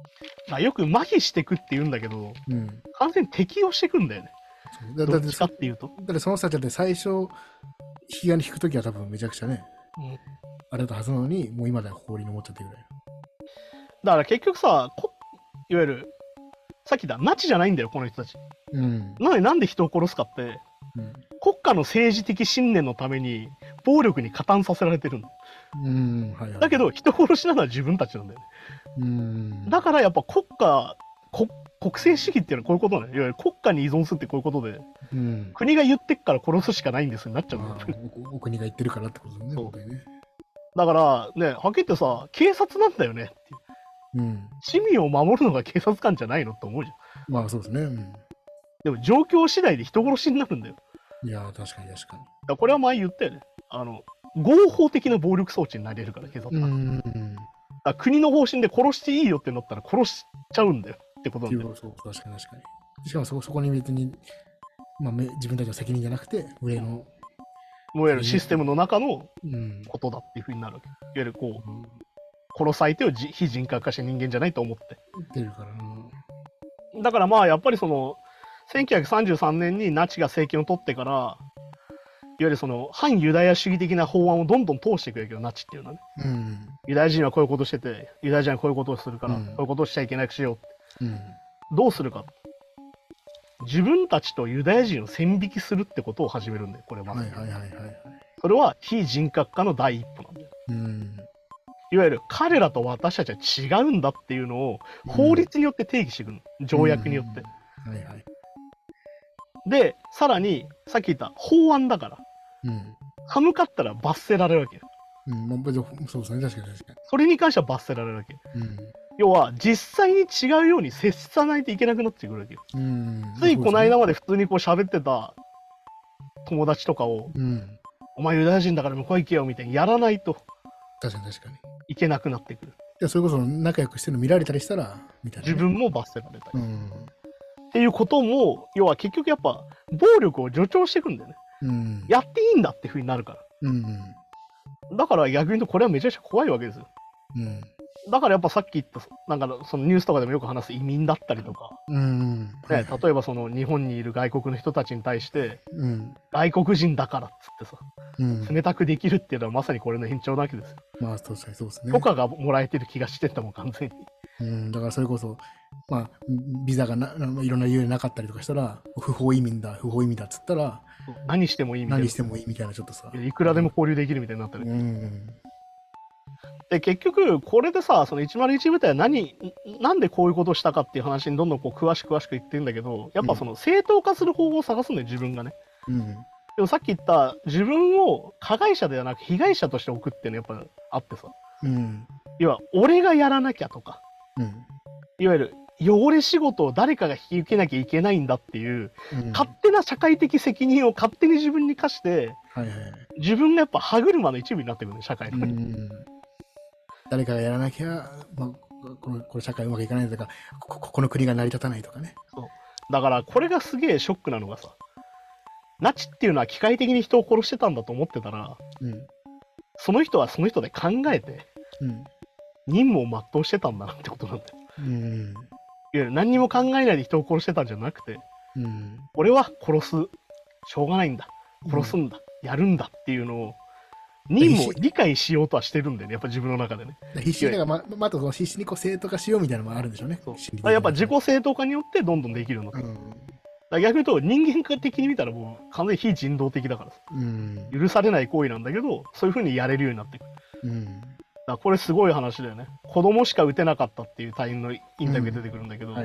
あ、よく麻痺してくって言うんだけど、うん、完全に適応してくんだよね。だどっちかっていうと。 だってその人たちだって最初、引き金引くときは多分めちゃくちゃね、うん、あれだったはずなのに、もう今では氷に持っちゃってるぐらい。 だから結局さ、こいわゆる、さっきだ、ナチじゃないんだよ、この人たち。うん、なのになんで人を殺すかって、うん、国家の政治的信念のために暴力に加担させられてるの。うんはいはい、だけど、人殺しなのは自分たちなんだよね。うんだからやっぱ国家、国国政主義っていうのはこういうことなんだよ。いわゆる国家に依存するってこういうことで、うん、国が言ってっから殺すしかないんですになっちゃうんだよ。 お, お国が言ってるからってことだね。そうねだからね、はっきり言ってさ、警察なんだよねっていう。うん、市民を守るのが警察官じゃないのって思うじゃん。 まあそうですね。うん、 でも状況次第で人殺しになるんだよ。 いやー、確かに確かに。 だこれは前言ったよね。あの、合法的な暴力装置になれるから、警察官。うんだ国の方針で殺していいよってなったら殺しちゃうんだよってことなんだよ。 そう確かに確かに。しかもそこそこに別に、まあ、自分たちの責任じゃなくて、上の。 いわゆるシステムの中のことだっていうふうになるわけ。いわゆるこう、うん、殺す相手を非人格化して人間じゃないと思って。 出るから、 うん、だからまあやっぱりその、せんきゅうひゃくさんじゅうさんねんにナチが政権を取ってから、いわゆるその反ユダヤ主義的な法案をどんどん通していくわけど、ナチっていうのはね、うん。ユダヤ人はこういうことしてて、ユダヤ人はこういうことをするから、うん、こういうことをしちゃいけなくしようって。うん、どうするか。自分たちとユダヤ人を線引きするってことを始めるんだよ、これは。はいはいはいはい。それは非人格化の第一歩なんだよ。うん、いわゆる彼らと私たちは違うんだっていうのを法律によって定義していくの。条約によって。うん、はいはい。で、さらに、さっき言った法案だから。うん、歯向かったら罰せられるわけよ。 うん、まあ、そうですね、確かに確かに。 それに関しては罰せられるわけ。うん、要は、実際に違うように接さないといけなくなってくるわけよ。うん、ついこの間まで普通にこう喋ってた友達とかを、うん、お前ユダヤ人だから向こう行けよみたいにやらないと、 確かに確かに。 いけなくなってくる。いや、それこそ仲良くしてるの見られたりしたら、みたいな、 ね、自分も罰せられたり。うんっていうことも、要は結局やっぱ暴力を助長していくんだよね。うん、やっていいんだっていうふうになるから。うんうん、だから逆に言うとこれはめちゃくちゃ怖いわけですよ。うん、だからやっぱさっき言ったなんかそのニュースとかでもよく話す移民だったりとか、うんね、はいはい、例えばその日本にいる外国の人たちに対して、うん、外国人だからっつってさ、うん、冷たくできるっていうのはまさにこれの延長なわけですよ。 まあ確かにそうですね。 許可がもらえてる気がしてたもん完全に。 うん、だからそれこそ、まあ、ビザがないろんな理由でなかったりとかしたら、不法移民だ、不法移民だっつったら、 何してもいいみたいな。 何してもいいみたいな、ちょっとさ。 いくらでも交流できるみたいになってる。うん、で、結局、これでさ、そのいちまるいち部隊は何、なんでこういうことをしたかっていう話にどんどんこう詳しく詳しく言ってるんだけど、やっぱその正当化する方法を探すんだよ、自分がね。うん、でもさっき言った、自分を加害者ではなく被害者として置くっていうのはやっぱあってさ。うん、要は、俺がやらなきゃとか。うん、いわゆる汚れ仕事を誰かが引き受けなきゃいけないんだっていう、うん、勝手な社会的責任を勝手に自分に課して、はいはい、自分がやっぱ歯車の一部になってくるね、社会の、うん、 誰かがやらなきゃ、まあ、このこの社会うまくいかないとかこ、この国が成り立たないとかね。 そうだからこれがすげえショックなのがさ、ナチっていうのは機械的に人を殺してたんだと思ってたら、うん、その人はその人で考えて、うん、任務を全うしてたんだなってことなんだよ。うん、いわゆる何にも考えないで人を殺してたんじゃなくて、うん、俺は殺す、しょうがないんだ、殺すんだ、うん、やるんだっていうのを任務を理解しようとはしてるんだよね、やっぱ自分の中でね。 必死に、だからま、また必死にこう正当化しようみたいなのもあるんでしょうね。 そうやっぱ自己正当化によってどんどんできるの。うん、だ逆に言うと人間的に見たらもう完全に非人道的だからさ、うん、許されない行為なんだけど、そういう風にやれるようになっていく。うんだこれすごい話だよね。子供しか撃てなかったっていう隊員のインタビューが出てくるんだけど、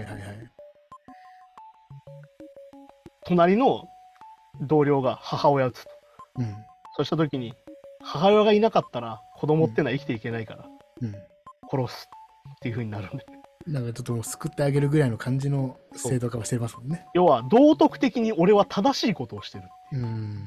隣の同僚が母親を撃つと、うん、そうした時に母親がいなかったら子供ってのは生きていけないから、うん、殺すっていう風になるんで、 なんかちょっともう救ってあげるぐらいの感じの正当化はしてますもんね。 要は道徳的に俺は正しいことをしてる、うん、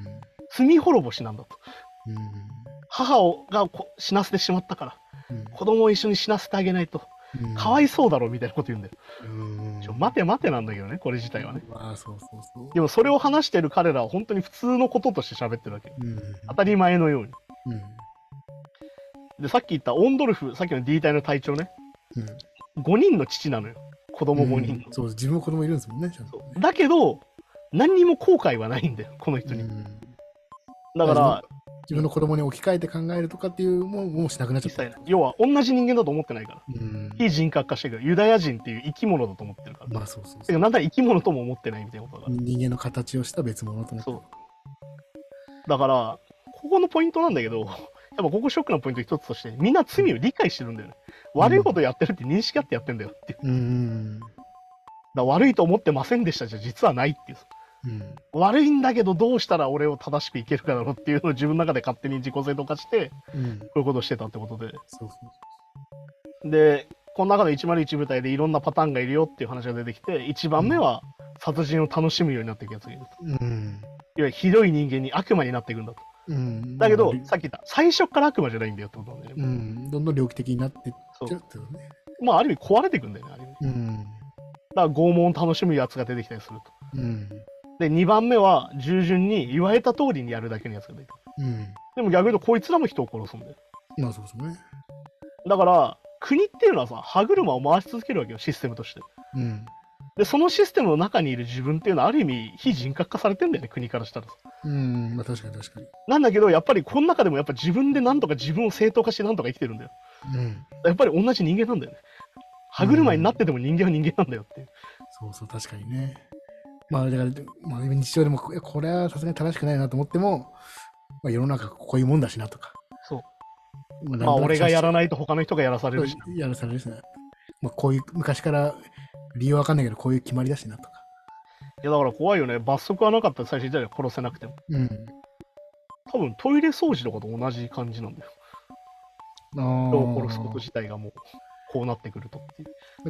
罪滅ぼしなんだと、うん母をが死なせてしまったから、うん、子供を一緒に死なせてあげないと、うん、かわいそうだろみたいなこと言うんだよ。うんちょ待て待てなんだけどね、これ自体はね。 あそうそうそうでもそれを話してる彼らは本当に普通のこととして喋ってるわけ、うん、当たり前のように、うん、でさっき言ったオンドルフ、さっきの D 隊の隊長ね、うん、ごにんの父なのよ。 子供ごにんの、 うん、そう、自分も子供いるんですもんね、ちゃんと、 ね。だけど、何にも後悔はないんだよ、この人に。うん、だから、 自分の子供に置き換えて考えるとかっていうももうしなくなっちゃった。 要は、同じ人間だと思ってないから。うん、非人格化してる。ユダヤ人っていう生き物だと思ってるから。まあそうそうそう。なんだ生き物とも思ってないみたいなことだから。 人間の形をした別物と思ってる。そう。 だから、ここのポイントなんだけど、やっぱここショックなポイント一つとして、みんな罪を理解してるんだよね。うん、悪いことやってるって認識あってやってんだよっていう。うん、だ悪いと思ってませんでしたじゃ実はないっていう。うん、悪いんだけどどうしたら俺を正しくいけるかだろうっていうのを自分の中で勝手に自己正当化して、うん、こういうことをしてたってことで。そうそうで、この中のいちまるいち部隊でいろんなパターンがいるよっていう話が出てきて、いちばんめは殺人を楽しむようになっていくやつがいると。うん、いわゆるひどい人間に悪魔になっていくんだと。うん、だけど、さっき言った、最初から悪魔じゃないんだよってことなんだよね。 うん、どんどん猟奇的になっていっちゃうってことね。 まあ、ある意味壊れていくんだよね、ある意味。うん、だから拷問を楽しむやつが出てきたりすると。うん、で、にばんめは従順に言われた通りにやるだけのやつが出てくる。うん、でも逆に言うと、こいつらも人を殺すんだよ。 まあそうですね。 だから、国っていうのはさ、歯車を回し続けるわけよ、システムとして。うん、で、そのシステムの中にいる自分っていうのは、ある意味、非人格化されてんだよね、国からしたらさ。 うん、まあ確かに確かに。 なんだけど、やっぱりこの中でもやっぱ自分で何とか自分を正当化して何とか生きてるんだよ。うん、やっぱり同じ人間なんだよね。歯車になってても人間は人間なんだよっていう。 そうそう、確かにね。まあだから、まあ、日常でもこれはさすがに正しくないなと思っても、まあ、世の中こういうもんだしなとか。 そう。まあ俺がやらないと他の人がやらされるしな。 やらされるしな。まあこういう昔から理由わかんないけどこういう決まりだしなとか。 いやだから怖いよね。罰則はなかったら最初言ったら殺せなくても。うん。多分トイレ掃除とかと同じ感じなんだよ。人を殺すこと自体がもうこうなってくるとっていう。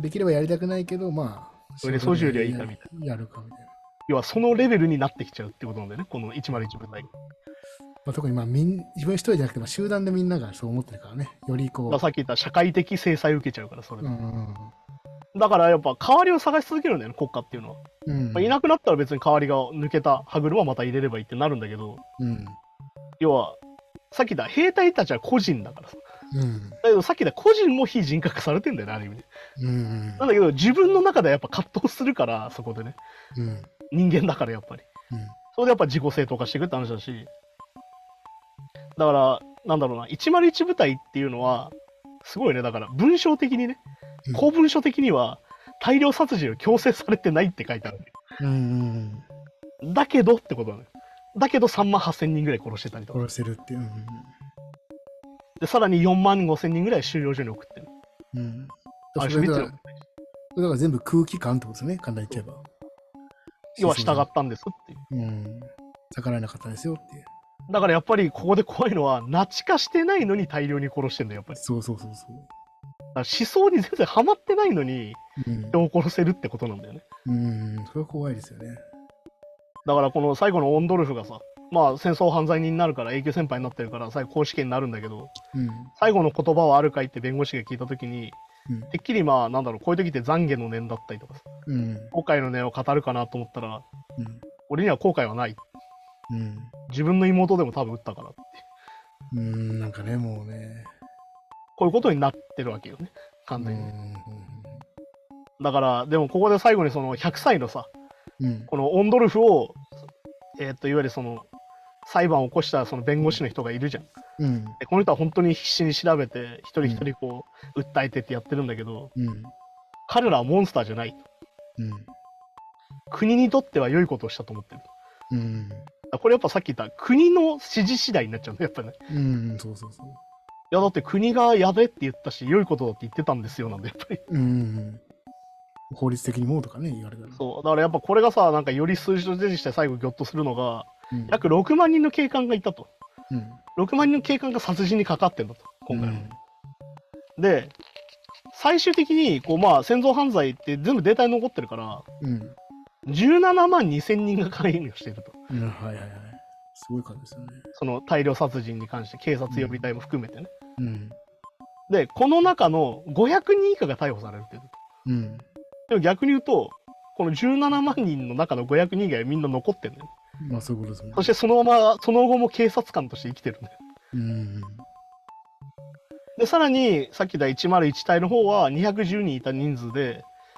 できればやりたくないけど、まあ、 トイレ掃除よりはいいかみたいな。 やるかみたいな。 要はそのレベルになってきちゃうってことなんだよね、このいちまるいち部隊。 まあ、特にまあみん自分一人じゃなくて、まあ、集団でみんながそう思ってるからね、よりこう。 さっき言った社会的制裁を受けちゃうから、それで。うん、だからやっぱ代わりを探し続けるんだよね、国家っていうのは。うんまあ、いなくなったら別に代わりが抜けた歯車をまた入れればいいってなるんだけど、うん、要は、さっき言った兵隊たちは個人だからさ。うん、だけどさっき言った個人も非人格化されてんだよね、ある意味で。うん、なんだけど自分の中ではやっぱ葛藤するから、そこでね。うん、人間だからやっぱり。うん、それでやっぱ自己正当化していくって話だし。だから、なんだろうな、いちまるいち部隊っていうのは、すごいね、だから文章的にね、公文書的には大量殺人を強制されてないって書いてあるんだよ。うんうん、だけどってことなのよ。だけどさんまんはっせんにんぐらい殺してたりとか。 殺してるっていう。うん、 で、さらによんまんごせんにんぐらい収容所に送ってる。うん。 あそれだから、だから全部空気感ってことですね、簡単に言っちゃえば。 要は従ったんですっていう。 うん。逆らえなかったですよっていう。 だからやっぱりここで怖いのは、ナチ化してないのに大量に殺してんだよ、やっぱり。 そうそうそうそう。 思想に全然ハマってないのに、人を殺せるってことなんだよね。 うん、うん、それは怖いですよね。 だからこの最後のオンドルフがさ、まあ戦争犯罪人になるから永久戦犯になってるから最後公死刑になるんだけど、うん、最後の言葉はあるかいって弁護士が聞いたときに、うん、てっきりまあなんだろう、こういう時って懺悔の念だったりとかさ、うん、後悔の念を語るかなと思ったら、うん、俺には後悔はない、うん、自分の妹でも多分撃ったからって。 うん、なんかね、もうね。 こういうことになってるわけよね、完全に。うんだから、でもここで最後にそのひゃくさいのさ、うん、このオンドルフを、えー、っといわゆるその裁判を起こしたその弁護士の人がいるじゃん。うん、でこの人は本当に必死に調べて一人一人こう、うん、訴えてってやってるんだけど、うん、彼らはモンスターじゃない、うん、国にとっては良いことをしたと思ってる、うん、これやっぱさっき言った国の指示次第になっちゃうんだやっぱね、うん、そうそうそう。いやだって国がやべって言ったし良いことだって言ってたんですよなんでやっぱり、うん法律的にもとかね、言われたら。 そう。だからやっぱこれがさ、なんかより数字と出てして最後ギョッとするのが、うん、約ろくまんにんの警官がいたと。うん、ろくまんにんの警官が殺人にかかってんだと、今回は。うん、で、最終的に、こうまあ、戦争犯罪って全部データに残ってるから、うん、じゅうななまんにせんにんが関与してると。 うん、はいはいはい。すごい数ですよね。 その大量殺人に関して、警察予備隊も含めてね。うんうん、で、この中のごひゃくにん以下が逮捕されるっていう。うんでも逆に言うと、このじゅうななまんにんの中のごひゃくにん以外はみんな残ってんだよ。 まあそういうことですね。 そしてそのまま、その後も警察官として生きてるんだよ。うんで、さらに、さっき言ったいちまるいち隊の方はにひゃくじゅうにんいた人数で、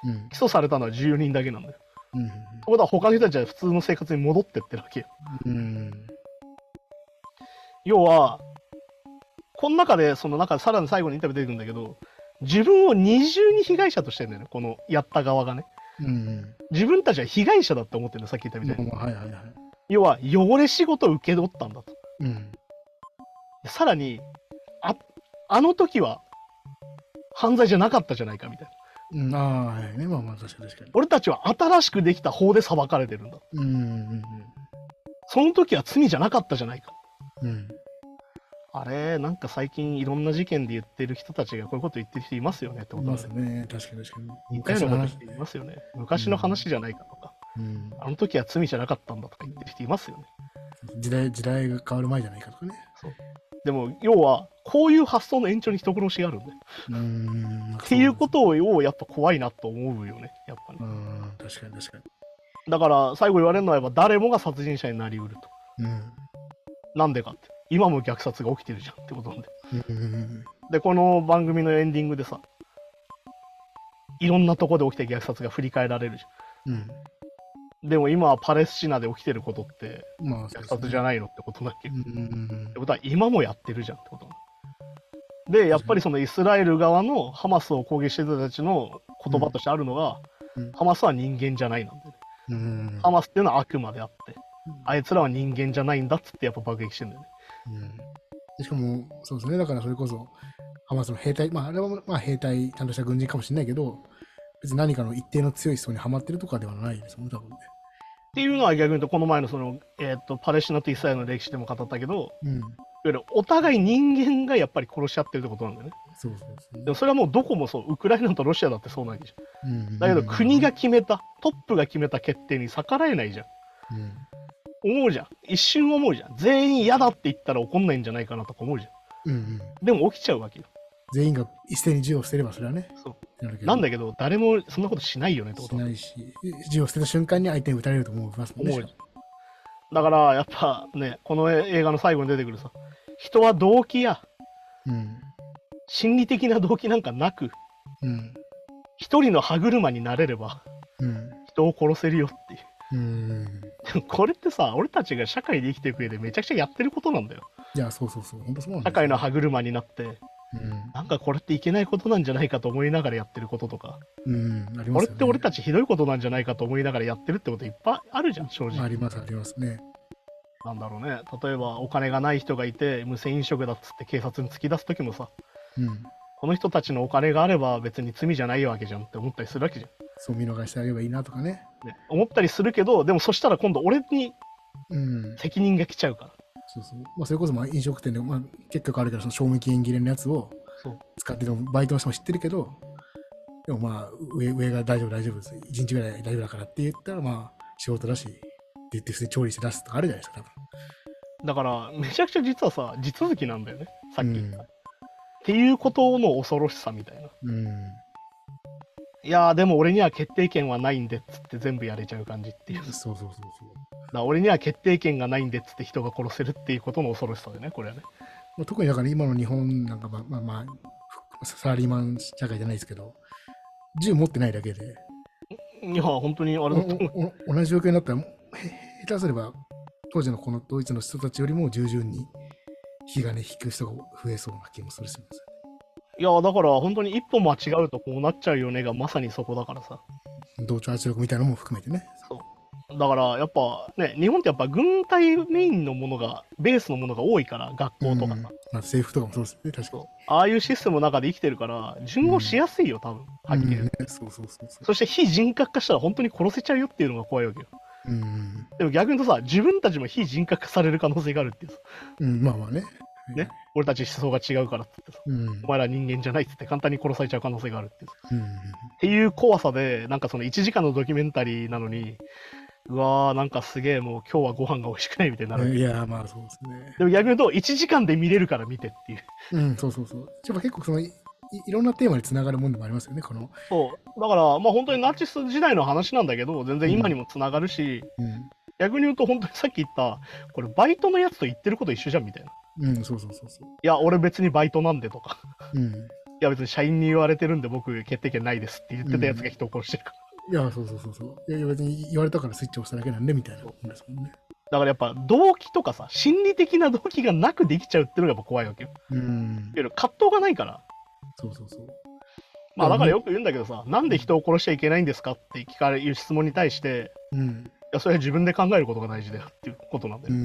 起訴されたのはじゅうよにんだけなんだよ。うん。ということは他の人たちは普通の生活に戻ってってるわけよ。うん。要は、この中で、その中でさらに最後にインタビュー出てくるんだけど、自分を二重に被害者としてるんだよね、このやった側がね。うん、自分たちは被害者だって思ってるんだよ、さっき言ったみたいに。うん、はいはいはい、要は、汚れ仕事を受け取ったんだと。うん、さらにあ、あの時は犯罪じゃなかったじゃないかみたいな。うん、ああ、はいね、まあまあ確かに確かに。俺たちは新しくできた法で裁かれてるんだ。うんうんうん、その時は罪じゃなかったじゃないか。うん、あれ、なんか最近いろんな事件で言ってる人たちがこういうこと言ってる人いますよねってことですね。確かに確かに。似たようなことしていますよね。昔の話じゃないかとか、うん、あの時は罪じゃなかったんだとか言ってる人いますよね。時代、時代が変わる前じゃないかとかね。そう。でも、要は、こういう発想の延長に人殺しがあるんだよ。うーん。っていうことを、やっぱ怖いなと思うよね、やっぱり。うん、確かに確かに。だから、最後言われるのは、やっぱ誰もが殺人者になりうると。うん。なんでかって。今も虐殺が起きてるじゃんってことなんで。うん。で、この番組のエンディングでさ、いろんなとこで起きて虐殺が振り返られるじゃん。うん。でも今はパレスチナで起きてることって、まあ、虐殺じゃないのってことだっけ、うん、ってことは今もやってるじゃんってことで、やっぱりそのイスラエル側のハマスを攻撃してる人たちの言葉としてあるのが、うん、ハマスは人間じゃないなんで、ね、うん、ハマスっていうのは悪魔であって、うん、あいつらは人間じゃないんだっつってやっぱ爆撃してるんだよね。うん、しかも、そうですね、だからそれこそ、ハマスの兵隊、まああれはまあ兵隊、ちゃんとした軍人かもしれないけど、別に何かの一定の強い思想にはまってるとかではないですもんね、多分ね。っていうのは逆に言うと、この前のその、えー、とパレスチナとイスラエルの歴史でも語ったけど、うん、いわゆるお互い人間がやっぱり殺し合ってるってことなんだよね。そうそうそう。でもそれはもうどこもそう、ウクライナとロシアだってそうなんでしょ。うん、だけど国が決めた、トップが決めた決定に逆らえないじゃん。うん、思うじゃん。一瞬思うじゃん。全員嫌だって言ったら怒んないんじゃないかなとか思うじゃん。うんうん、でも起きちゃうわけよ。全員が一斉に銃を捨てればそれはね。そう。なんだけど、誰もそんなことしないよねってことしないし、銃を捨てた瞬間に相手に撃たれると思いますもんね。思う。だから、やっぱね、この映画の最後に出てくるさ、人は動機や、うん、心理的な動機なんかなく、うん、一人の歯車になれれば、うん、人を殺せるよっていう。うん、でもこれってさ、俺たちが社会で生きていく上でめちゃくちゃやってることなんだよ。いや、そうそうそう。本当そうなんだよ。社会の歯車になって、うん、なんかこれっていけないことなんじゃないかと思いながらやってることとか、うん、ありますよね。これって俺たちひどいことなんじゃないかと思いながらやってるってこといっぱいあるじゃん、正直。ありますありますね。なんだろうね、例えばお金がない人がいて無銭飲食だっつって警察に突き出す時もさ、うん、この人たちのお金があれば別に罪じゃないわけじゃんって思ったりするわけじゃん。そう見逃してあげればいいなとかね。ね、思ったりするけど、でもそしたら今度俺に責任が来ちゃうから。そうそう、まあ、それこそまあ飲食店で、まあ、結局あるからその賞味期限切れのやつを使ってるバイトの人も知ってるけど、でもまあ上上が大丈夫大丈夫です、いちにちぐらい大丈夫だからって言ったらまあ仕事だしって言って普通に調理して出すとかあるじゃないですか多分。だからめちゃくちゃ実はさ地続きなんだよね、さっき言った、うん、っていうことの恐ろしさみたいな、うん、いやーでも俺には決定権はないんでっつって全部やれちゃう感じっていう。そうそうそうそう。だ俺には決定権がないんでっつって人が殺せるっていうことの恐ろしさでね、これはね。まあ、特にだから今の日本なんかまあまあ、まあ、サラリーマン社会じゃないですけど、銃持ってないだけで。いや、本当にあれだと思う。同じ状況になったら、下手すれば当時のこのドイツの人たちよりも従順に火がね、引く人が増えそうな気もするします。いやだから本当に一歩間違うとこうなっちゃうよねがまさにそこだからさ。同調圧力みたいなのも含めてね。そう。だからやっぱね、日本ってやっぱ軍隊メインのものが、ベースのものが多いから、学校とかさ。うん、まあ政府とかもそうですね、確かに。ああいうシステムの中で生きてるから、順応しやすいよ、多分。はっきり言う。うん、ね、そうそうそうそう。そして非人格化したら本当に殺せちゃうよっていうのが怖いわけよ。うん、でも逆に言うとさ、自分たちも非人格化される可能性があるっていうさ。うん、まあまあね。ね、俺たち思想が違うからっつってさ、うん、お前ら人間じゃないっつって簡単に殺されちゃう可能性があるっていう、うん、っていう怖さで、なんかそのいちじかんのドキュメンタリーなのに、うわーなんかすげえもう今日はご飯が美味しくないみたいになる。いやまあそうですね。でも逆に言うといちじかんで見れるから見てっていう。うん、そうそうそう。やっぱ結構その い, いろんなテーマにつながるもんでもありますよね、この。そうだからまあ本当にナチス時代の話なんだけど、全然今にもつながるし、うんうん、逆に言うと本当にさっき言ったこれバイトのやつと言ってること一緒じゃんみたいな。うん、そうそうそうそう。いや、俺別にバイトなんでとか。うん。 や別に社員に言われてるんで僕決定権ないですって言ってたやつが人を殺してるから、 うん、いやそうそうそうそう、いや別に言われたからスイッチ押しただけなんでみたいなことですもんね。 だからやっぱ動機とかさ、心理的な動機がなくできちゃうっていうのがやっぱ怖いわけよ。うん。いわゆる葛藤がないから。 そうそうそう。 まあだからよく言うんだけどさ、なんで人を殺しちゃいけないんですかって聞かれる質問に対して、うん、いやそれは自分で考えることが大事だよっていうことなんだよ。うん。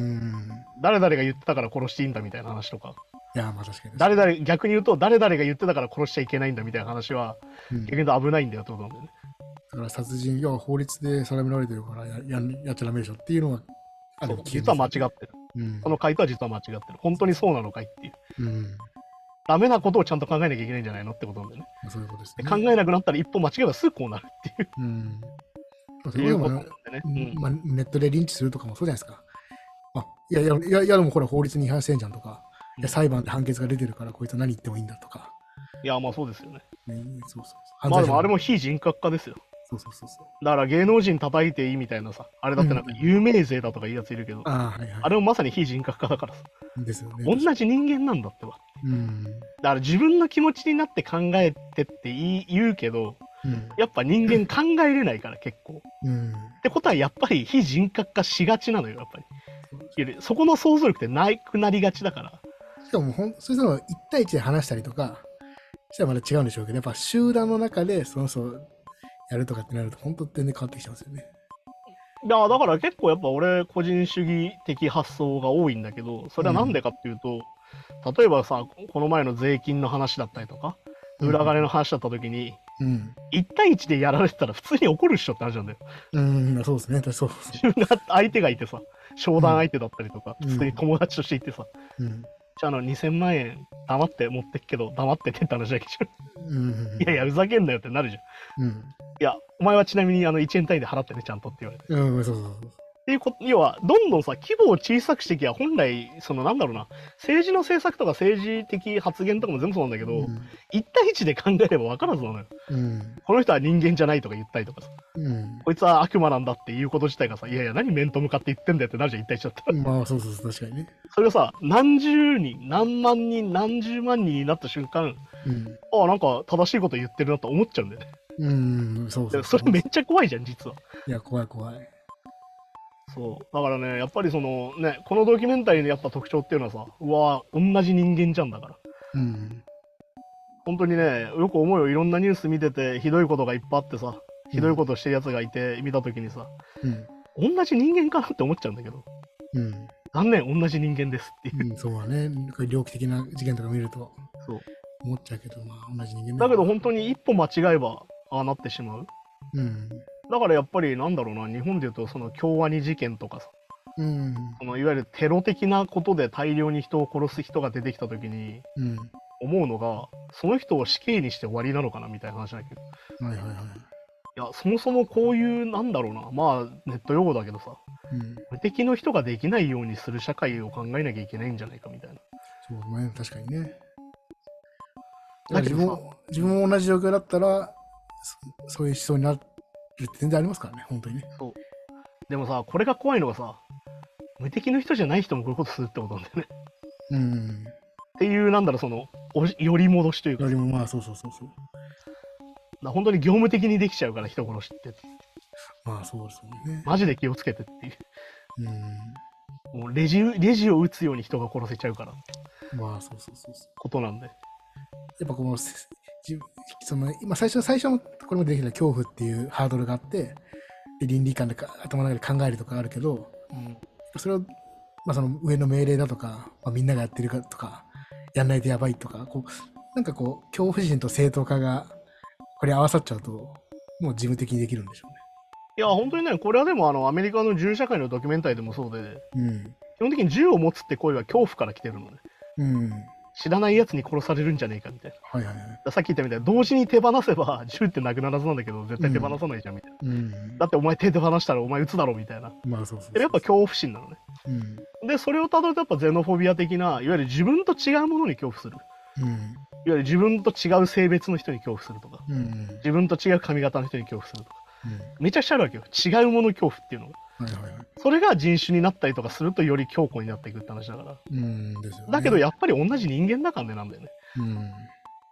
誰々が言ってたから殺していいんだみたいな話とか。 いやまあ確かに。 誰々、逆に言うと誰々が言ってたから殺しちゃいけないんだみたいな話は、うん、逆に言うと危ないんだよってことなんだよね。 だから殺人、要は法律で定められてるからや や, やっちゃダメでしょっていうのはある、実は間違ってる、うん、その回答は実は間違ってる。本当にそうなのかいっていう、うん、ダメなことをちゃんと考えなきゃいけないんじゃないのってことなんだよね。 そういうことですね。 考えなくなったら一歩間違えばすぐこうなるっていう、うん、 そういうことなんでね、うん、まあ、ネットでリンチするとかもそうじゃないですか。あいやいやいやいやでもこれ法律に違反してんじゃんとか、うん、いや裁判で判決が出てるからこいつは何言ってもいいんだとか。 いやまあそうですよね。ね、 そうそうそう、まあでもあれも非人格化ですよ。 そうそうそうそう。 だから芸能人叩いていいみたいなさ、あれだってなんか有名税だとかいうやついるけど、うん、あ, はいはい、あれもまさに非人格化だからさ。ですよね。同じ人間なんだってば。うん、だから自分の気持ちになって考えてって言い言うけど、うん、やっぱ人間考えれないから結構。うん、ってことはやっぱり非人格化しがちなのよ、やっぱり。そこの想像力ってなくなりがちだから。 しかもほん、そういうのをいち対いちで話したりとかしたらまだ違うんでしょうけど、やっぱ集団の中でその人やるとかってなると本当全然変わってきちゃうんですよね。 いやだから結構やっぱ俺個人主義的発想が多いんだけど、それはなんでかっていうと、うん、例えばさこの前の税金の話だったりとか裏金の話だった時に、うん、いち対いちでやられてたら普通に怒るっしょって話なんだよ。 うん、そうですね。そうそう自分が相手がいてさ、商談相手だったりとか、うん、普通に友達としていてさ、うん、じゃあのにせんまんえん黙って持ってくけど黙ってってって話だけじゃん、うん、いやいやふざけんなよってなるじゃん、うん、いやお前はちなみにあのいちえん単位で払ってねちゃんとって言われて、うん、そうそうそうっていうこと、要はどんどんさ規模を小さくしていけば本来そのなんだろうな政治の政策とか政治的発言とかも全部そうなんだけど、うん、いち対いちで考えれば分からずなのよ、うん、この人は人間じゃないとか言ったりとかさ、うん、こいつは悪魔なんだっていうこと自体がさいやいや何面と向かって言ってんだよってなるじゃんいち対いちだったら。 まあそうそうそう確かにね。 それがさ何十人何万人何十万人になった瞬間、うん、ああなんか正しいこと言ってるなと思っちゃうんだよね。うんそうそうそう。それめっちゃ怖いじゃん実は。 いや怖い怖い。 そうだからねやっぱりそのねこのドキュメンタリーのやっぱ特徴っていうのはさうわ同じ人間じゃんだから、うん、本当にねよく思うよいろんなニュース見ててひどいことがいっぱいあってさひどいことしてるやつがいて見た時にさ、うん、同じ人間かなって思っちゃうんだけど、うん、残念同じ人間ですっていう、 うん、そうはね猟奇的な事件とか見るとそう思っちゃうけどまあ同じ人間だけど本当に一歩間違えばああなってしまう、うんだからやっぱりなんだろうな日本でいうとその京アニ事件とかさ、うん、そのいわゆるテロ的なことで大量に人を殺す人が出てきた時に、うん、思うのがその人を死刑にして終わりなのかなみたいな話だけど、はいはいはい、いやそもそもこういうなんだろうなまあネット用語だけどさ、うん、無敵の人ができないようにする社会を考えなきゃいけないんじゃないかみたいな。 そうね確かにね。だけど自分自分も同じ状況だったらそ、そういう思想になって全然ありますからね本当にね。 そうでもさこれが怖いのがさ無敵の人じゃない人もこういうことするってことなんだよね。うんっていうなんだろうそのより戻しというかよりもまあそうそうそうそうだ本当に業務的にできちゃうから人殺しってまあそうですもんねマジで気をつけてっていううんもうレジレジを打つように人が殺せちゃうからまあそうそうそうそうことなんでやっぱこのその今最初最初のこれもできた恐怖っていうハードルがあってで倫理観でか頭の中で考えるとかあるけど、うん、それを、まあ、その上の命令だとか、まあ、みんながやってるかとかやんないとやばいとかこうなんかこう恐怖心と正当化がこれ合わさっちゃうともう事務的にできるんでしょうね。 いや本当にねこれはでもあのアメリカの銃社会のドキュメンタリーでもそうで、うん、基本的に銃を持つって行為は恐怖から来てるのね、うん知らないやつに殺されるんじゃねえかみたいな、はいはいはい、さっき言ったみたいに同時に手放せば銃ってなくならずなんだけど絶対手放さないじゃんみたいな、うん、だってお前手で放したらお前撃つだろみたいな、まあ、そうそうそうやっぱ恐怖心なのね、うん、でそれをたどるとやっぱゼノフォビア的ないわゆる自分と違うものに恐怖する、うん、いわゆる自分と違う性別の人に恐怖するとか、うん、自分と違う髪型の人に恐怖するとか、うん、めちゃくちゃあるわけよ違うもの恐怖っていうのがはいはいはい、それが人種になったりとかするとより強固になっていくって話だから、うんですよね、だけどやっぱり同じ人間だからねなんだよね、うん、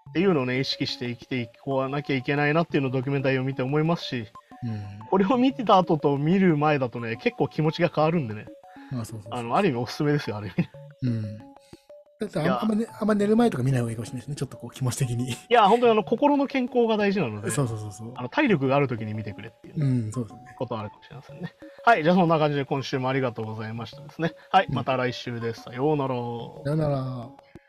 っていうのをね、意識して生きていこなきゃいけないなっていうのをドキュメンタリーを見て思いますし、うん、これを見てた後と見る前だとね、結構気持ちが変わるんでね、あ、そうそうそうあのある意味おすすめですよ、ある意味。うんだってあんま、ね、あんま寝る前とか見ない方がいいかもしれないですね、ちょっとこう気持ち的に。いや、本当にあの心の健康が大事なので、 そうそうそうそうあの体力があるときに見てくれっていう、ね、 うん、そうですね、 ことはあるかもしれませんね。はい、じゃあそんな感じで今週もありがとうございましたですね。はい、また来週です。さようなら。 さようなら。